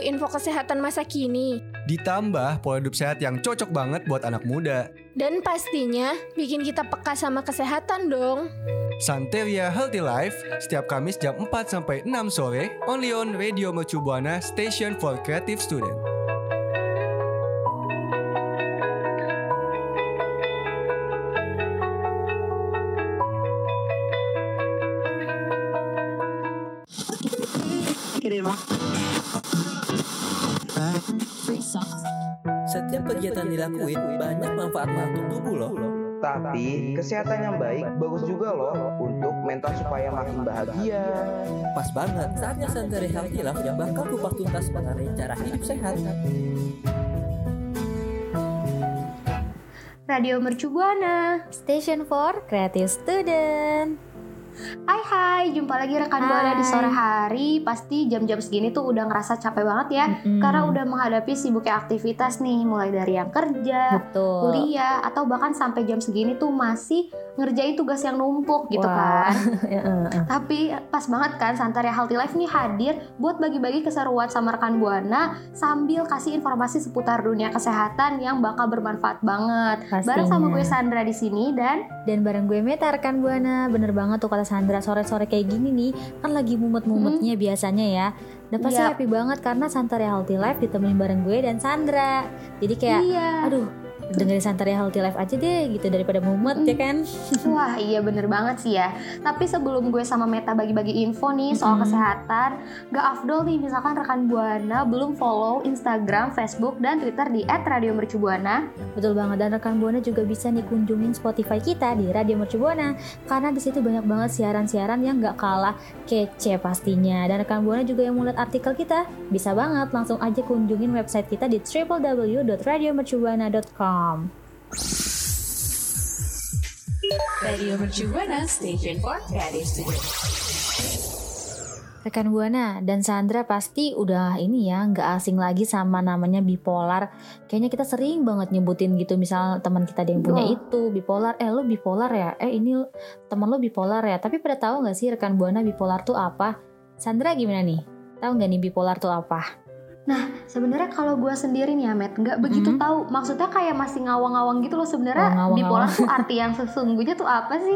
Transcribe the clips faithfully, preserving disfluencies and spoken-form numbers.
info kesehatan masa kini. Ditambah pola hidup sehat yang cocok banget buat anak muda. Dan pastinya bikin kita peka sama kesehatan dong. Santeria Healthy Life setiap Kamis jam empat sampai enam sore only on Radio Mercu Buana Station for Creative Student. Setiap kegiatan dilakuin banyak manfaatnya untuk tubuh loh. Tapi kesehatan yang baik bagus juga loh untuk mental supaya makin bahagia. Pas banget saatnya Santeria Healthy Life yang bakal kupas tuntas mengenai cara hidup sehat. Radio Mercu Buana, Station for Creative Student. Hai hai, jumpa lagi rekan Buana di sore hari. Pasti jam-jam segini tuh udah ngerasa capek banget ya, mm-hmm. karena udah menghadapi sibuknya aktivitas nih, mulai dari yang kerja, Betul. kuliah, atau bahkan sampai jam segini tuh masih ngerjain tugas yang numpuk gitu. Wah. kan Tapi pas banget kan Santeria Healthy Life nih hadir buat bagi-bagi keseruan sama rekan Buana sambil kasih informasi seputar dunia kesehatan yang bakal bermanfaat banget. Pastinya. Bareng sama gue Sandra di sini dan dan bareng gue Meta rekan Buana. Bener banget tuh kata Sandra, sore-sore kayak gini nih kan lagi mumet-mumetnya hmm. biasanya ya. Dan pasti yep. happy banget karena Santeria Healthy Life ditemenin bareng gue dan Sandra. Jadi kayak iya. aduh dengerin Santeria Healthy Life aja deh gitu daripada mumet mm. ya kan. Wah iya bener banget sih ya. Tapi sebelum gue sama Meta bagi-bagi info nih soal mm. kesehatan, gak afdol nih misalkan rekan Buana belum follow Instagram, Facebook, dan Twitter di et radio mercu buana. Betul banget, dan rekan Buana juga bisa nih kunjungin Spotify kita di Radio Mercu Buana karena di situ banyak banget siaran-siaran yang gak kalah kece pastinya. Dan rekan Buana juga yang mau lihat artikel kita bisa banget langsung aja kunjungin website kita di double-u double-u double-u dot radio mercu buana dot com. Radio Mercu Buana Station for Creative Student. Rekan Buana dan Sandra pasti udah ini ya nggak asing lagi sama namanya bipolar. Kayaknya kita sering banget nyebutin gitu, misal teman kita ada yang punya oh. itu bipolar, eh lo bipolar ya, eh ini teman lo bipolar ya. Tapi pada tahu nggak sih rekan Buana bipolar tuh apa? Sandra gimana nih? Tahu nggak nih bipolar tuh apa? Nah sebenarnya kalau gue sendiri nih ya Met, nggak begitu mm-hmm. tahu. Maksudnya kayak masih ngawang-ngawang gitu loh sebenarnya. Oh, bipolar tuh arti yang sesungguhnya tuh apa sih?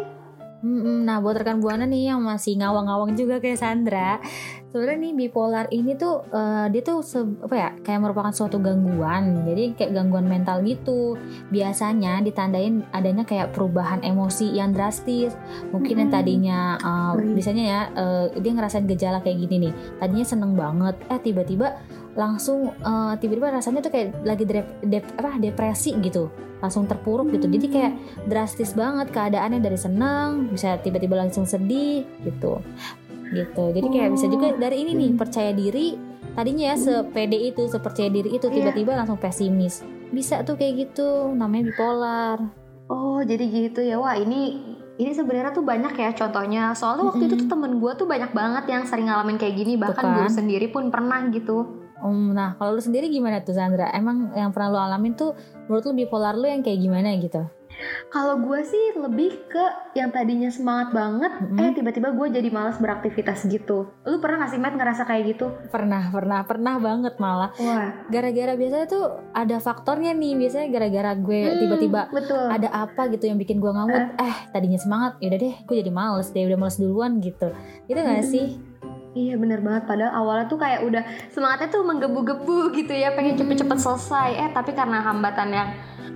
Nah buat rekan Buana nih yang masih ngawang-ngawang juga kayak Sandra, sebenarnya nih bipolar ini tuh uh, dia tuh se- apa ya kayak merupakan suatu gangguan. Jadi kayak gangguan mental gitu. Biasanya ditandain adanya kayak perubahan emosi yang drastis. Mungkin mm-hmm. yang tadinya uh, biasanya ya uh, dia ngerasain gejala kayak gini nih. Tadinya seneng banget, eh tiba-tiba langsung uh, tiba-tiba rasanya tuh kayak lagi dep- dep- apa depresi gitu, langsung terpuruk gitu. Jadi kayak drastis banget keadaannya, dari senang bisa tiba-tiba langsung sedih gitu gitu. Jadi kayak bisa juga dari ini nih, percaya diri tadinya ya sepede itu, sepercaya diri itu, tiba-tiba langsung pesimis. Bisa tuh kayak gitu, namanya bipolar. Oh jadi gitu ya. Wah ini ini sebenarnya tuh banyak ya contohnya. Soalnya waktu mm-hmm. itu tuh temen gue tuh banyak banget yang sering ngalamin kayak gini. Bahkan kan? Gue sendiri pun pernah gitu. Um, nah kalau lu sendiri gimana tuh Sandra? Emang yang pernah lu alamin tuh menurut lu bipolar lu yang kayak gimana gitu? Kalau gue sih lebih ke yang tadinya semangat banget, mm-hmm. eh tiba-tiba gue jadi malas beraktivitas gitu. Lu pernah gak sih Matt ngerasa kayak gitu? Pernah, pernah, pernah banget malah. Wah. Gara-gara biasanya tuh ada faktornya nih. Biasanya gara-gara gue hmm, tiba-tiba betul. ada apa gitu yang bikin gue ngamut. Eh, eh tadinya semangat, yaudah deh gue jadi males deh, udah males duluan gitu. Gitu gak hmm. sih? Iya bener banget, padahal awalnya tuh kayak udah semangatnya tuh menggebu-gebu gitu ya, pengen cepet-cepet selesai. Eh tapi karena hambatan yang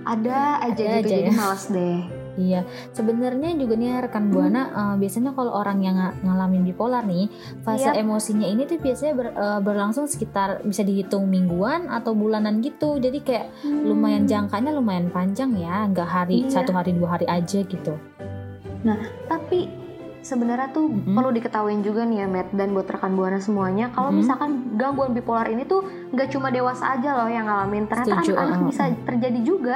ada aja ada gitu aja, jadi ya. Males deh. Iya, sebenarnya juga nih rekan Buana, hmm. uh, biasanya kalau orang yang ng- ngalamin bipolar nih, fase yep. emosinya ini tuh biasanya ber, uh, berlangsung sekitar bisa dihitung mingguan atau bulanan gitu. Jadi kayak hmm. lumayan jangkanya lumayan panjang ya, nggak hari iya. satu hari dua hari aja gitu. Nah, tapi sebenarnya tuh mm-hmm. perlu diketahuin juga nih ya Matt, dan buat rekan Buana semuanya, kalau mm-hmm. misalkan gangguan bipolar ini tuh nggak cuma dewasa aja loh yang ngalamin, ternyata Setuju, anak-anak uh, bisa terjadi juga.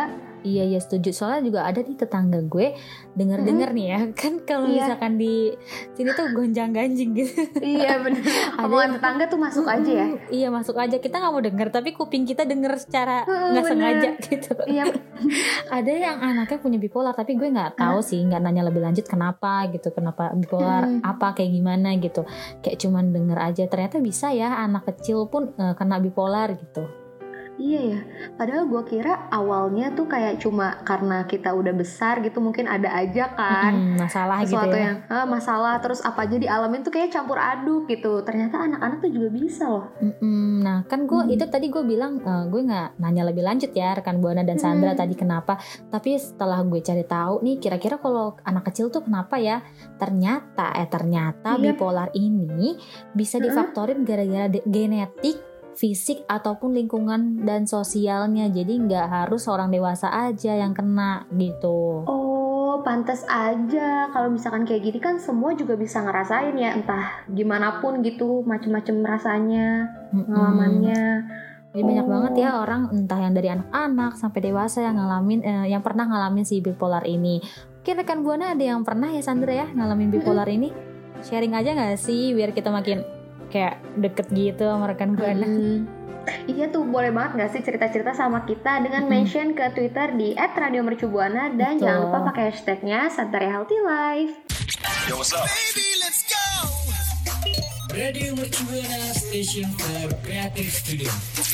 Iya iya setuju. Soalnya juga ada nih tetangga gue denger-denger nih ya. Kan kalau Iya. misalkan di sini tuh gonjang-ganjing gitu. Iya bener. Omongan tetangga tuh masuk aja ya. Iya masuk aja. Kita nggak mau denger tapi kuping kita denger secara Heeh, nggak bener. sengaja gitu. Iya. Ada yang anaknya punya bipolar tapi gue nggak tahu sih, nggak nanya lebih lanjut kenapa gitu, kenapa bipolar, Hmm. apa kayak gimana gitu. Kayak cuman denger aja. Ternyata bisa ya anak kecil pun eh, kena bipolar gitu. Iya ya, padahal gue kira awalnya tuh kayak cuma karena kita udah besar gitu mungkin ada aja kan Mm-mm, masalah gitu sesuatu ya. yang ah, masalah terus apa aja dialamin tuh kayak campur aduk gitu. Ternyata anak-anak tuh juga bisa loh. Mm-mm. Nah kan gue Hmm. itu tadi gue bilang eh, gue nggak nanya lebih lanjut ya rekan Buana dan Sandra Hmm. tadi kenapa. Tapi setelah gue cari tahu nih kira-kira kalau anak kecil tuh kenapa ya? Ternyata eh ternyata Iya. bipolar ini bisa Hmm. difaktorin gara-gara de- genetik, fisik ataupun lingkungan dan sosialnya. Jadi nggak harus orang dewasa aja yang kena gitu. Oh, pantas aja kalau misalkan kayak gini kan semua juga bisa ngerasain ya, entah gimana pun gitu, macem-macem rasanya, Mm-mm. pengalamannya. Jadi banyak Oh. banget ya orang entah yang dari anak-anak sampai dewasa yang ngalamin eh, yang pernah ngalamin si bipolar ini. Mungkin rekan Buana ada yang pernah ya Sandra ya ngalamin bipolar ini? Sharing aja nggak sih biar kita makin kayak deket gitu sama rekan Buana. Hmm. Iya tuh boleh banget gak sih cerita-cerita sama kita dengan mention ke Twitter di et radio mercubuana dan Betul. jangan lupa pakai hashtagnya Santai Healthy Life. Radio Mercubuana Station for Creative Studio.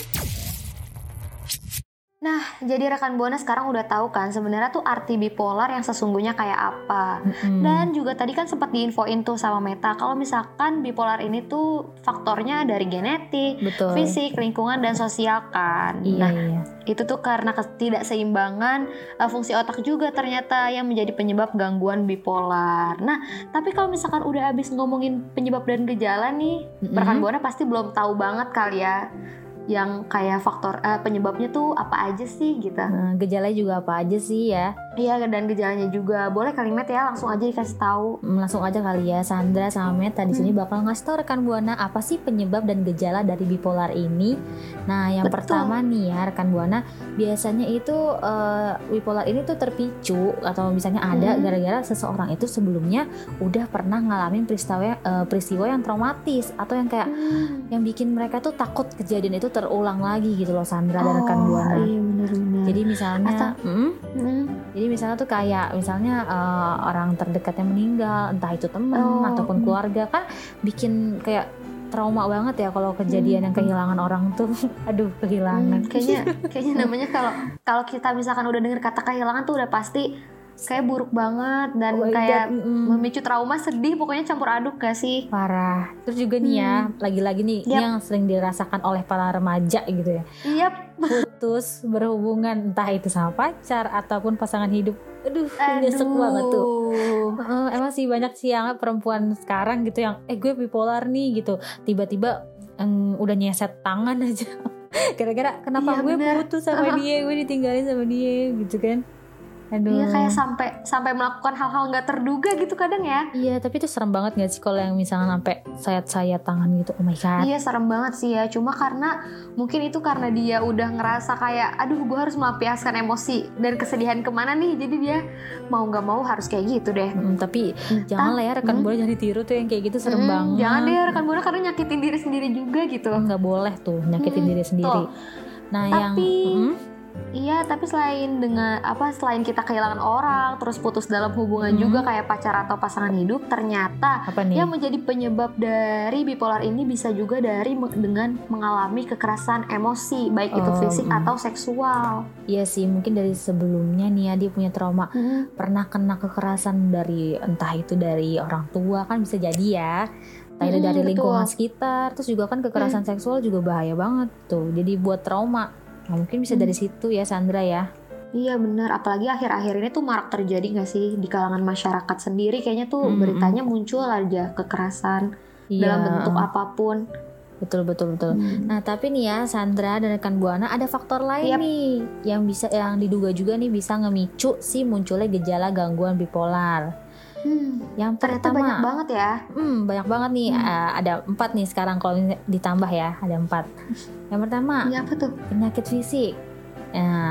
Nah, jadi rekan Buana sekarang udah tahu kan sebenarnya tuh arti bipolar yang sesungguhnya kayak apa. Mm-mm. Dan juga tadi kan sempat diinfoin tuh sama Meta kalau misalkan bipolar ini tuh faktornya dari genetik, Betul. fisik, lingkungan dan sosial kan. Iya Nah, iya. itu tuh karena ketidakseimbangan uh, fungsi otak juga ternyata yang menjadi penyebab gangguan bipolar. Nah, tapi kalau misalkan udah habis ngomongin penyebab dan gejala nih, Mm-mm. rekan Buana pasti belum tahu banget kali ya yang kayak faktor uh, penyebabnya tuh apa aja sih gitu. Nah, gejalanya juga apa aja sih ya? Iya, dan gejalanya juga. Boleh kalimat ya langsung aja dikasih tahu. Hmm, Langsung aja kali ya Sandra sama Meta di sini bakal ngasih tau rekan Buana apa sih penyebab dan gejala dari bipolar ini. Nah, yang Betul. pertama nih ya rekan Buana, biasanya itu eh, bipolar ini tuh terpicu atau misalnya ada Hmm. gara-gara seseorang itu sebelumnya udah pernah ngalamin peristiwa eh, peristiwa yang traumatis atau yang kayak yang bikin mereka tuh takut kejadian itu terulang lagi gitu loh Sandra dan rekan Buana. Iya benar-benar. Jadi misalnya, Atau- mm, Hmm. jadi misalnya tuh kayak misalnya eh, orang terdekatnya meninggal, entah itu teman Oh. ataupun keluarga kan bikin kayak trauma banget ya kalau kejadian yang kehilangan orang tuh. Aduh kehilangan. Hmm, kayaknya kayaknya namanya kalau kalau kita misalkan udah denger kata kehilangan tuh udah pasti kayak buruk banget dan Oh my kayak God, mm-mm. memicu trauma, sedih, pokoknya campur aduk gak sih? Parah. Terus juga nih ya, lagi-lagi nih ini Yap. yang sering dirasakan oleh para remaja gitu ya. Iya, Putus berhubungan entah itu sama pacar ataupun pasangan hidup. Aduh, nyesek banget tuh. Heeh, emang sih banyak sih yang perempuan sekarang gitu yang eh gue bipolar nih gitu. Tiba-tiba em, udah nyeset tangan aja. Gara-gara kenapa Iya, gue bener. putus sama dia, gue ditinggalin sama dia gitu kan. Aduh. Iya kayak sampai sampai melakukan hal-hal nggak terduga gitu kadang ya. Iya, tapi itu serem banget gak sih kalau yang misalnya sampai sayat-sayat tangan gitu. Oh my god. Iya serem banget sih ya. Cuma karena mungkin itu karena dia udah ngerasa kayak aduh gue harus melampiaskan emosi dan kesedihan kemana nih. Jadi dia mau nggak mau harus kayak gitu deh. Mm, tapi jangan lah ya rekan Hmm. Buana jangan ditiru tuh yang kayak gitu serem Hmm, banget. Jangan deh rekan Buana karena nyakitin diri sendiri juga gitu. Nggak boleh tuh nyakitin Hmm, diri sendiri. tuh. Nah yang Tapi- mm, Iya, tapi selain dengan apa selain kita kehilangan orang, terus putus dalam hubungan Hmm. juga kayak pacar atau pasangan hidup, ternyata apa nih? yang menjadi penyebab dari bipolar ini bisa juga dari me- dengan mengalami kekerasan emosi, baik itu Oh, fisik mm. atau seksual. Iya sih mungkin dari sebelumnya nih ya dia punya trauma pernah kena kekerasan dari entah itu dari orang tua kan bisa jadi ya. Entah itu Hmm, dari betul. lingkungan sekitar. Terus juga kan kekerasan seksual juga bahaya banget tuh. Jadi buat trauma. Nah, mungkin bisa Hmm. dari situ ya Sandra ya. Iya benar, apalagi akhir-akhir ini tuh marak terjadi nggak sih di kalangan masyarakat sendiri, kayaknya tuh Mm-mm. beritanya muncul aja kekerasan Iya. dalam bentuk apapun. Betul betul betul. Hmm. Nah tapi nih ya Sandra dan rekan Buana ada faktor lain Yap. nih yang bisa yang diduga juga nih bisa ngemicu si munculnya gejala gangguan bipolar. Hmm, Yang ternyata pertama, banyak banget ya. hmm, banyak banget nih. Hmm. Eh, ada empat nih sekarang kalau ditambah ya ada empat. Yang pertama Ini apa tuh? penyakit fisik. Nah Hmm.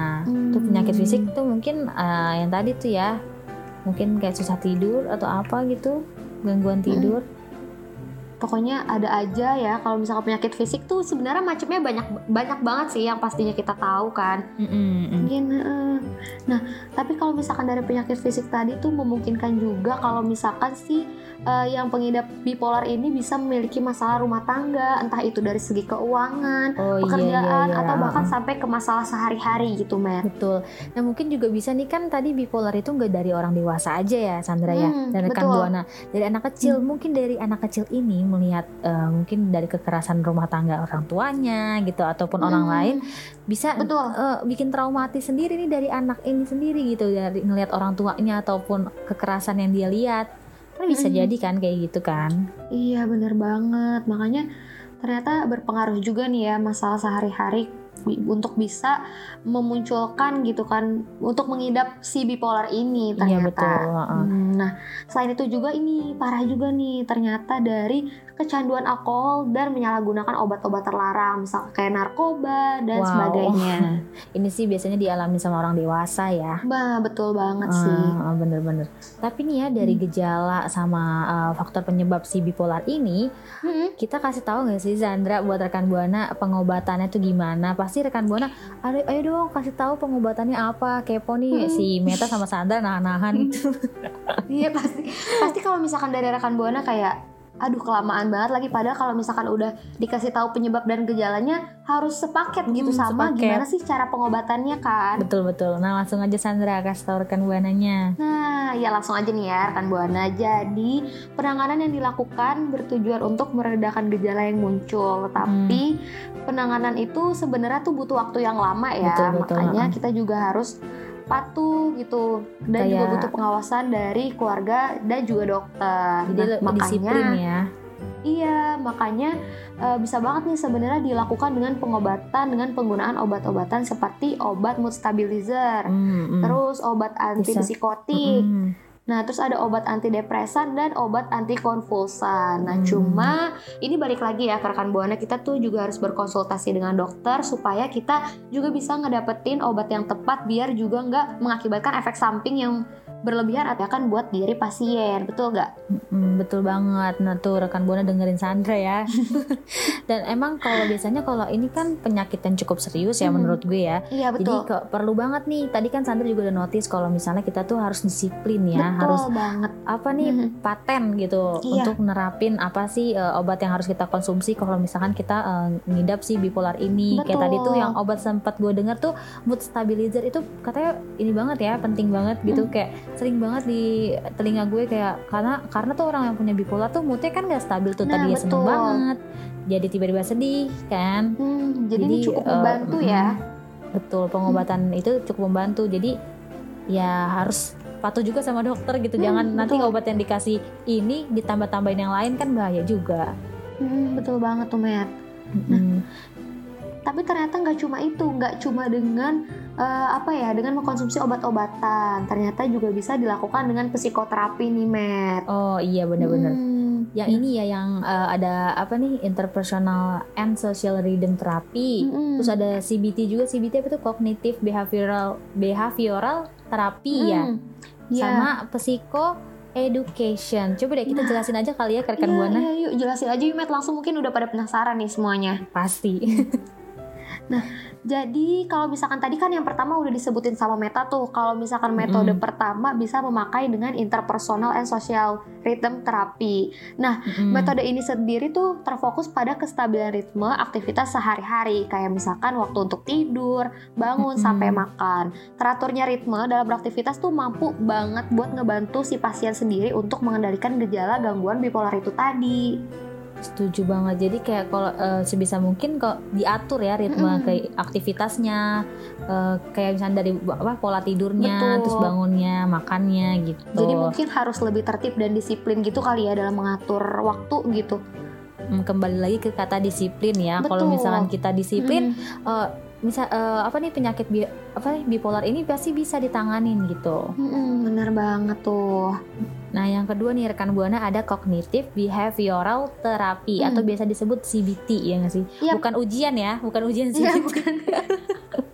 Tuh penyakit fisik tuh mungkin uh, yang tadi tuh ya, mungkin kayak susah tidur atau apa gitu, gangguan tidur. Hmm. Pokoknya ada aja ya kalau misalkan penyakit fisik tuh sebenarnya macamnya banyak banyak banget sih yang pastinya kita tahu kan. Mm-mm. Mungkin uh, nah, tapi kalau misalkan dari penyakit fisik tadi tuh memungkinkan juga kalau misalkan si uh, yang pengidap bipolar ini bisa memiliki masalah rumah tangga, entah itu dari segi keuangan, Oh, iya, pekerjaan iya, iya. atau bahkan sampai ke masalah sehari-hari gitu, Matt. Betul. Nah mungkin juga bisa nih kan tadi bipolar itu nggak dari orang dewasa aja ya Sandra ya, Hmm, dan rekan betul. Buana, dari anak kecil. Mungkin dari anak kecil ini melihat uh, mungkin dari kekerasan rumah tangga orang tuanya gitu ataupun orang Hmm, lain bisa betul. uh, bikin traumatis sendiri nih dari anak ini sendiri gitu, dari ngelihat orang tuanya ataupun kekerasan yang dia lihat. Kan bisa Hmm. jadi kan kayak gitu kan. Iya bener banget, makanya ternyata berpengaruh juga nih ya masalah sehari-hari bi- untuk bisa memunculkan gitu kan, untuk mengidap si bipolar ini ternyata. Iya betul. uh-uh. Hmm, Nah selain itu juga ini parah juga nih ternyata dari kecanduan alkohol dan menyalahgunakan obat-obat terlarang, misal kayak narkoba dan Wow. sebagainya. Ini sih biasanya dialami sama orang dewasa ya. Bah betul banget sih. Ah, bener-bener. Tapi nih ya dari Hmm. gejala sama uh, faktor penyebab si bipolar ini, Mm-mm. kita kasih tahu nggak sih Sandra buat rekan Buana pengobatannya tuh gimana? Pasti rekan Buana, ayo, ayo dong kasih tahu pengobatannya apa? Kepo nih Hmm. si Meta sama Sandra nahan-nahan gitu. Iya pasti pasti kalau misalkan dari rekan Buana kayak aduh kelamaan banget lagi, padahal kalau misalkan udah dikasih tahu penyebab dan gejalanya harus sepaket gitu Hmm, sama sepaket. gimana sih cara pengobatannya kan. Betul-betul. Nah langsung aja Sandra kasih tahu rekan Buananya. Nah ya langsung aja nih ya rekan Buana. Jadi penanganan yang dilakukan bertujuan untuk meredakan gejala yang muncul, tapi penanganan itu sebenarnya tuh butuh waktu yang lama ya. Betul, betul, Makanya heeh. kita juga harus patuh gitu, dan juga Kayak- butuh pengawasan dari keluarga dan juga dokter. Jadi Nah, disiplin ya. Iya, makanya e, bisa banget nih sebenarnya dilakukan dengan pengobatan dengan penggunaan obat-obatan seperti obat mood stabilizer, Hmm, hmm. terus obat antipsikotik. Hmm. Nah, terus ada obat antidepresan dan obat antikonvulsan. Nah, Hmm. cuma ini balik lagi ya ke rekan Buana, kita tuh juga harus berkonsultasi dengan dokter supaya kita juga bisa ngedapetin obat yang tepat biar juga nggak mengakibatkan efek samping yang berlebihan atau kan buat diri pasien, betul nggak? Hmm, betul banget. Nah tuh rekan Buana dengerin Sandra ya. Dan emang kalau biasanya kalau ini kan penyakit yang cukup serius ya Hmm. menurut gue ya. Iya Jadi betul. ke- perlu banget nih. Tadi kan Sandra juga udah notice kalau misalnya kita tuh harus disiplin ya, betul harus banget. apa nih Mhm. paten gitu Iya. untuk nerapin apa sih eh, obat yang harus kita konsumsi kalau misalkan kita eh, ngidap si bipolar ini. Kayak Betul. tadi tuh yang obat sempat gue dengar tuh mood stabilizer itu katanya ini banget ya, penting banget gitu. Hmm. Kayak sering banget di telinga gue kayak karena karena tuh orang yang punya bipolar tuh moodnya kan gak stabil tuh, Nah, tadinya seneng betul. banget jadi tiba-tiba sedih kan. Hmm, jadi, Jadi, ini cukup eh, membantu ya. Betul, pengobatan itu cukup membantu. Jadi ya harus patuh juga sama dokter gitu. Hmm, Jangan nanti betul. obat yang dikasih ini ditambah-tambahin yang lain kan bahaya juga. Hmm, betul banget tuh, Matt. Hmm. Tapi ternyata nggak cuma itu, nggak cuma dengan eh, apa ya, dengan mengkonsumsi obat-obatan. Ternyata juga bisa dilakukan dengan psikoterapi nih, Matt. Oh iya benar-benar. Hmm. Yang ini ya yang eh, ada apa nih interpersonal and social rhythm therapy. Mm-mm. Terus ada C B T juga. C B T apa tuh cognitive behavioral behavioral therapy ya. Hmm, iya. Sama psycho education. Coba deh kita jelasin aja kali ya ke rekan Iya, Buana. iya, yuk jelasin aja yuk, Matt. Langsung mungkin udah pada penasaran nih semuanya. Pasti. Jadi kalau misalkan tadi kan yang pertama udah disebutin sama Meta tuh, kalau misalkan metode Mm-mm. pertama bisa memakai dengan interpersonal and social rhythm therapy. Nah, Mm-mm. metode ini sendiri tuh terfokus pada kestabilan ritme aktivitas sehari-hari, kayak misalkan waktu untuk tidur, bangun, Mm-mm. sampai makan. Teraturnya ritme dalam beraktivitas tuh mampu banget buat ngebantu si pasien sendiri untuk mengendalikan gejala gangguan bipolar itu tadi. Setuju banget. Jadi kayak kalau eh, sebisa mungkin kok diatur ya ritme Mm-mm. kayak aktivitasnya, eh, kayak misalnya dari apa pola tidurnya, Betul. terus bangunnya, makannya gitu. Jadi mungkin harus lebih tertib dan disiplin gitu kali ya dalam mengatur waktu gitu. Hmm, kembali lagi ke kata disiplin ya. Kalau Betul. misalkan kita disiplin, Mm. eh, misal eh, apa nih penyakit bi- apa nih bipolar ini pasti bisa ditanganin gitu. Mm-mm, bener banget tuh. Nah, yang kedua nih rekan Buana ada cognitive behavioral therapy Hmm. atau biasa disebut C B T ya nggak sih? Yap. Bukan ujian ya, bukan ujian C B T. Iya, bukan.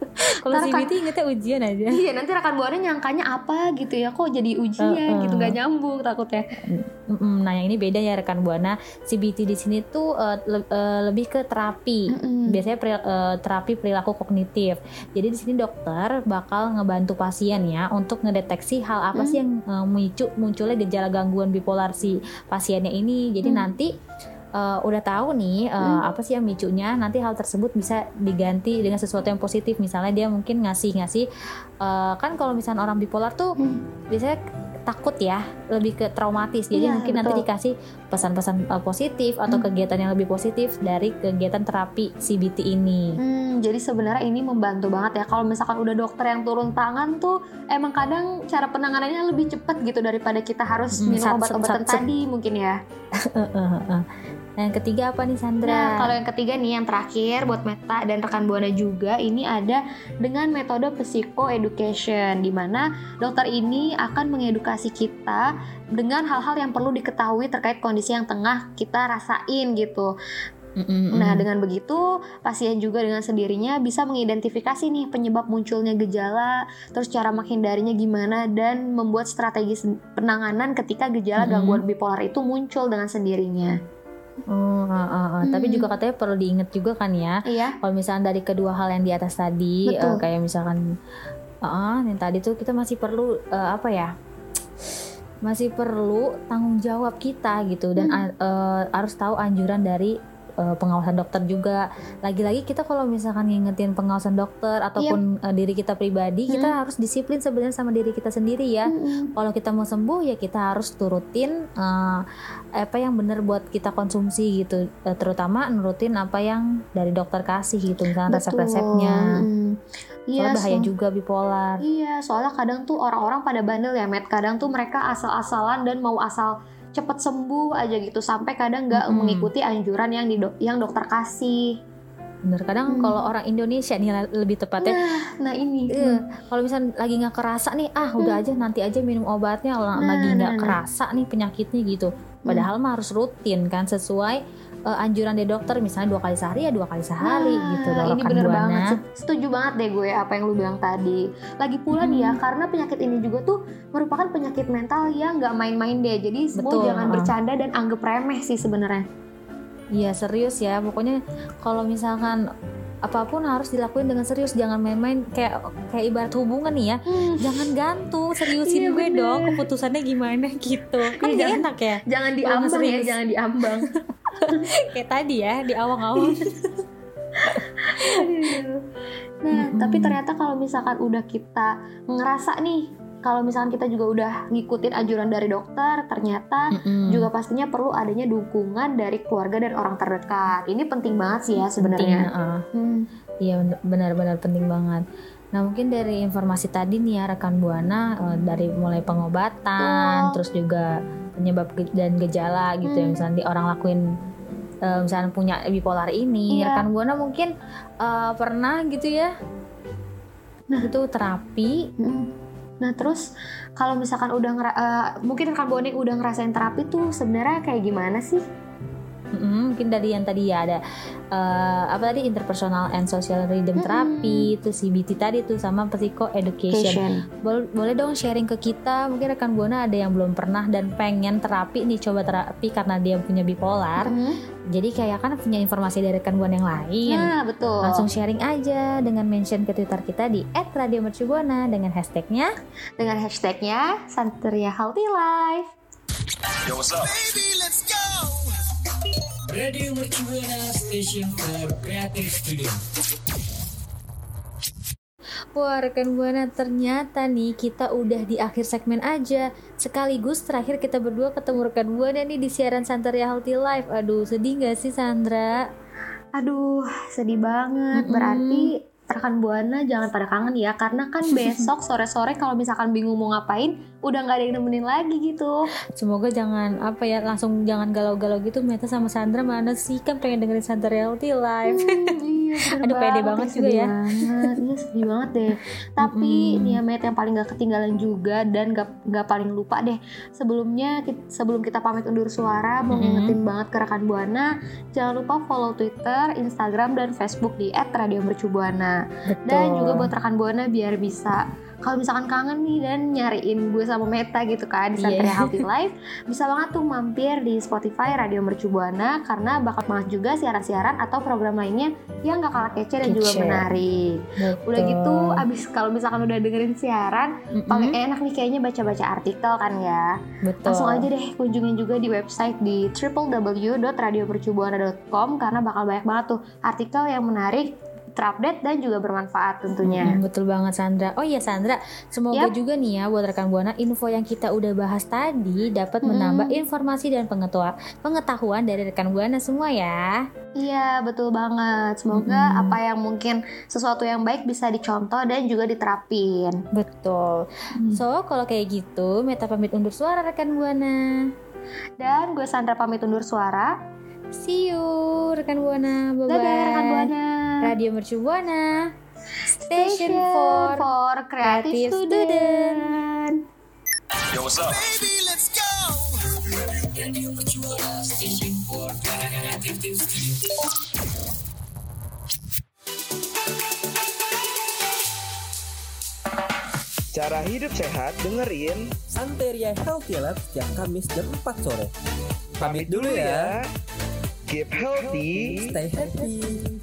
Kalau C B T ingetnya ujian aja. Iya, nanti rekan Buana nyangkanya apa gitu ya, kok jadi ujian Uh, uh. gitu, nggak nyambung takutnya. Mm-mm. Nah, yang ini beda ya rekan Buana. C B T di sini tuh uh, le- uh, lebih ke terapi. Mm-mm. Biasanya peri- uh, terapi perilaku kognitif. Jadi di sini dokter bakal ngebantu pasien ya untuk ngedeteksi hal apa Mm. sih yang uh, memicu munculnya gejala gangguan bipolar si pasiennya ini. Jadi Mm. nanti Uh, udah tahu nih uh, Hmm. apa sih yang micunya, nanti hal tersebut bisa diganti dengan sesuatu yang positif. Misalnya dia mungkin ngasih-ngasih uh, kan kalau misalnya orang bipolar tuh Hmm. biasanya takut ya, lebih ke traumatis. Jadi Iya, mungkin nanti betul. dikasih pesan-pesan uh, positif atau Hmm. kegiatan yang lebih positif dari kegiatan terapi C B T ini. Hmm, jadi sebenarnya ini membantu banget ya. Kalau misalkan udah dokter yang turun tangan tuh, emang kadang cara penanganannya lebih cepat gitu daripada kita harus Hmm, minum sat- obat-obatan sat- sat- tadi mungkin ya. Uh, uh, uh. Nah, yang ketiga apa nih Sandra? Nah, kalau yang ketiga nih, yang terakhir buat Meta dan rekan Buana juga, ini ada dengan metode psychoeducation, di mana dokter ini akan mengedukasi kita dengan hal-hal yang perlu diketahui terkait kondisi yang tengah kita rasain gitu. Mm-mm-mm. Nah, dengan begitu pasien juga dengan sendirinya bisa mengidentifikasi nih penyebab munculnya gejala, terus cara menghindarinya gimana, dan membuat strategi sen- penanganan ketika gejala Mm-mm. gangguan bipolar itu muncul dengan sendirinya. Oh, uh, uh, uh. Tapi Hmm. juga katanya perlu diingat juga kan ya. Iya. Kalau misalnya dari kedua hal yang di atas tadi, Betul. uh, kayak misalkan, uh, yang tadi tuh kita masih perlu uh, apa ya? Masih perlu tanggung jawab kita gitu, dan Hmm. uh, harus tahu anjuran dari uh, pengawasan dokter juga. Lagi-lagi kita kalau misalkan ngingetin pengawasan dokter ataupun uh, diri kita pribadi, kita Hmm. harus disiplin sebenarnya sama diri kita sendiri ya. Mm-mm. Kalau kita mau sembuh ya kita harus turutin uh, apa yang benar buat kita konsumsi gitu. Uh, terutama nurutin apa yang dari dokter kasih gitu, misalnya Betul. resep-resepnya. Mm. Iya, Soalnya bahaya so- juga bipolar. Iya, soalnya kadang tuh orang-orang pada bandel ya, Matt. Kadang tuh mereka asal-asalan dan mau asal cepet sembuh aja gitu, sampai kadang nggak Mm-mm. mengikuti anjuran yang di dok- yang dokter kasih. Bener, kadang Hmm. kalau orang Indonesia nih lebih tepatnya, Nah ini, eh, kalau misalnya lagi nggak kerasa nih, ah udah aja nanti aja minum obatnya, lah Nah, lagi nggak nah, nah. kerasa nih penyakitnya gitu. Padahal mah harus rutin kan, sesuai eh, anjuran dari dokter, misalnya dua kali sehari ya dua kali sehari Nah, gitu loh ini rekan bener Buana. banget. Set- Setuju banget deh gue apa yang lu bilang tadi. Lagi pula Hmm. nih ya, karena penyakit ini juga tuh merupakan penyakit mental yang nggak main-main deh. Jadi semua Betul, jangan uh. bercanda dan anggap remeh sih sebenarnya. Iya serius ya, pokoknya kalau misalkan apapun harus dilakuin dengan serius, jangan main-main. Kayak kayak ibarat hubungan nih ya, jangan gantung, seriusin Iya, gue bener. dong keputusannya gimana gitu. Kan Iya, gak jangan- enak ya, Jangan Kalau diambang ya, serius. jangan diambang. kayak tadi ya di awang-awang. Nah, Mm-mm. tapi ternyata kalau misalkan udah kita ngerasa nih, kalau misalkan kita juga udah ngikutin anjuran dari dokter, ternyata Mm-mm. juga pastinya perlu adanya dukungan dari keluarga dan orang terdekat. Ini penting banget sih ya sebenarnya. Penting, uh. Hmm. Iya ben- benar-benar penting banget. Nah mungkin dari informasi tadi nih ya rekan Buana, eh, dari mulai pengobatan, Betul. terus juga penyebab ge- dan gejala gitu ya, Hmm. misalnya di orang lakuin, eh, misalnya punya bipolar ini, Iya. rekan Buana mungkin eh, pernah gitu ya, Nah. itu terapi. Mm. Nah terus kalau misalkan udah ngera- eh, mungkin rekan Buana yang udah ngerasain terapi tuh sebenarnya kayak gimana sih? Mm-mm, mungkin dari yang tadi ya ada eh, apa tadi interpersonal and social rhythm Mm-mm. therapy, itu C B T tadi tuh, sama psycho education. Education. Boleh, boleh dong sharing ke kita, mungkin rekan Buana ada yang belum pernah dan pengen terapi nih, coba terapi karena dia punya bipolar. Mhm. Jadi kayak kan punya informasi dari rekan Buana yang lain. Nah betul. Langsung sharing aja dengan mention ke Twitter kita di et radio mercubuana dengan hashtagnya. Dengan hashtagnya Santeria Healthy Life. Radio Mercubuana Station for Creative Studio. Wah rekan Buana, ternyata nih kita udah di akhir segmen aja. Sekaligus terakhir kita berdua ketemu rekan Buana nih di siaran Santeria Healthy Life. Aduh sedih gak sih Sandra? Aduh, sedih banget. Mm-mm. Berarti rekan Buana jangan pada kangen ya, karena kan besok sore-sore kalau misalkan bingung mau ngapain, udah nggak ada yang nemenin lagi gitu. Semoga jangan apa ya langsung jangan galau-galau gitu. Meta sama Sandra mana sih kan pengen dengerin Sandra Reality Live. Hmm, iya, Aduh pede banget juga ya. Banget. Iya sedih banget deh. Tapi Mm-mm. nih ya Met, yang paling gak ketinggalan juga dan gak, gak paling lupa deh. Sebelumnya ki- sebelum kita pamit undur suara, mau Mm-mm. ngingetin banget ke rekan Buana, jangan lupa follow Twitter, Instagram, dan Facebook di et radio mercu buana. Betul. Dan juga buat rekan Buana biar bisa, kalau misalkan kangen nih dan nyariin gue sama Meta gitu kan di Santai Iya. Healthy Life, bisa banget tuh mampir di Spotify Radio Mercu Buana karena bakal banget juga siaran-siaran atau program lainnya yang gak kalah kece dan juga Kece. menarik. Betul. Udah gitu abis kalau misalkan udah dengerin siaran, Mm-mm. paling enak nih kayaknya baca-baca artikel kan ya. Betul. Langsung aja deh kunjungin juga di website di double-u double-u double-u dot radio mercu buana dot com karena bakal banyak banget tuh artikel yang menarik, terupdate dan juga bermanfaat tentunya. Hmm, betul banget Sandra. Oh iya Sandra, semoga Yap. juga nih ya buat rekan Buana info yang kita udah bahas tadi dapat Mm-mm. menambah informasi dan pengetahuan pengetahuan dari rekan Buana semua ya. Iya betul banget. Semoga Mm-mm. apa yang mungkin sesuatu yang baik bisa dicontoh dan juga diterapin. Betul. Hmm. So kalau kayak gitu, Meta pamit undur suara rekan Buana. Dan gue Sandra pamit undur suara. See you rekan Buana. Bye bye. Dadah rekan Buana. Radio Mercu Buana. Station Station for for Creative Creative Student. Yo, what's up? Cara hidup sehat dengerin. Santeria Healthy Lab setiap Kamis jam empat sore. Pamit dulu ya. Keep healthy. Stay happy.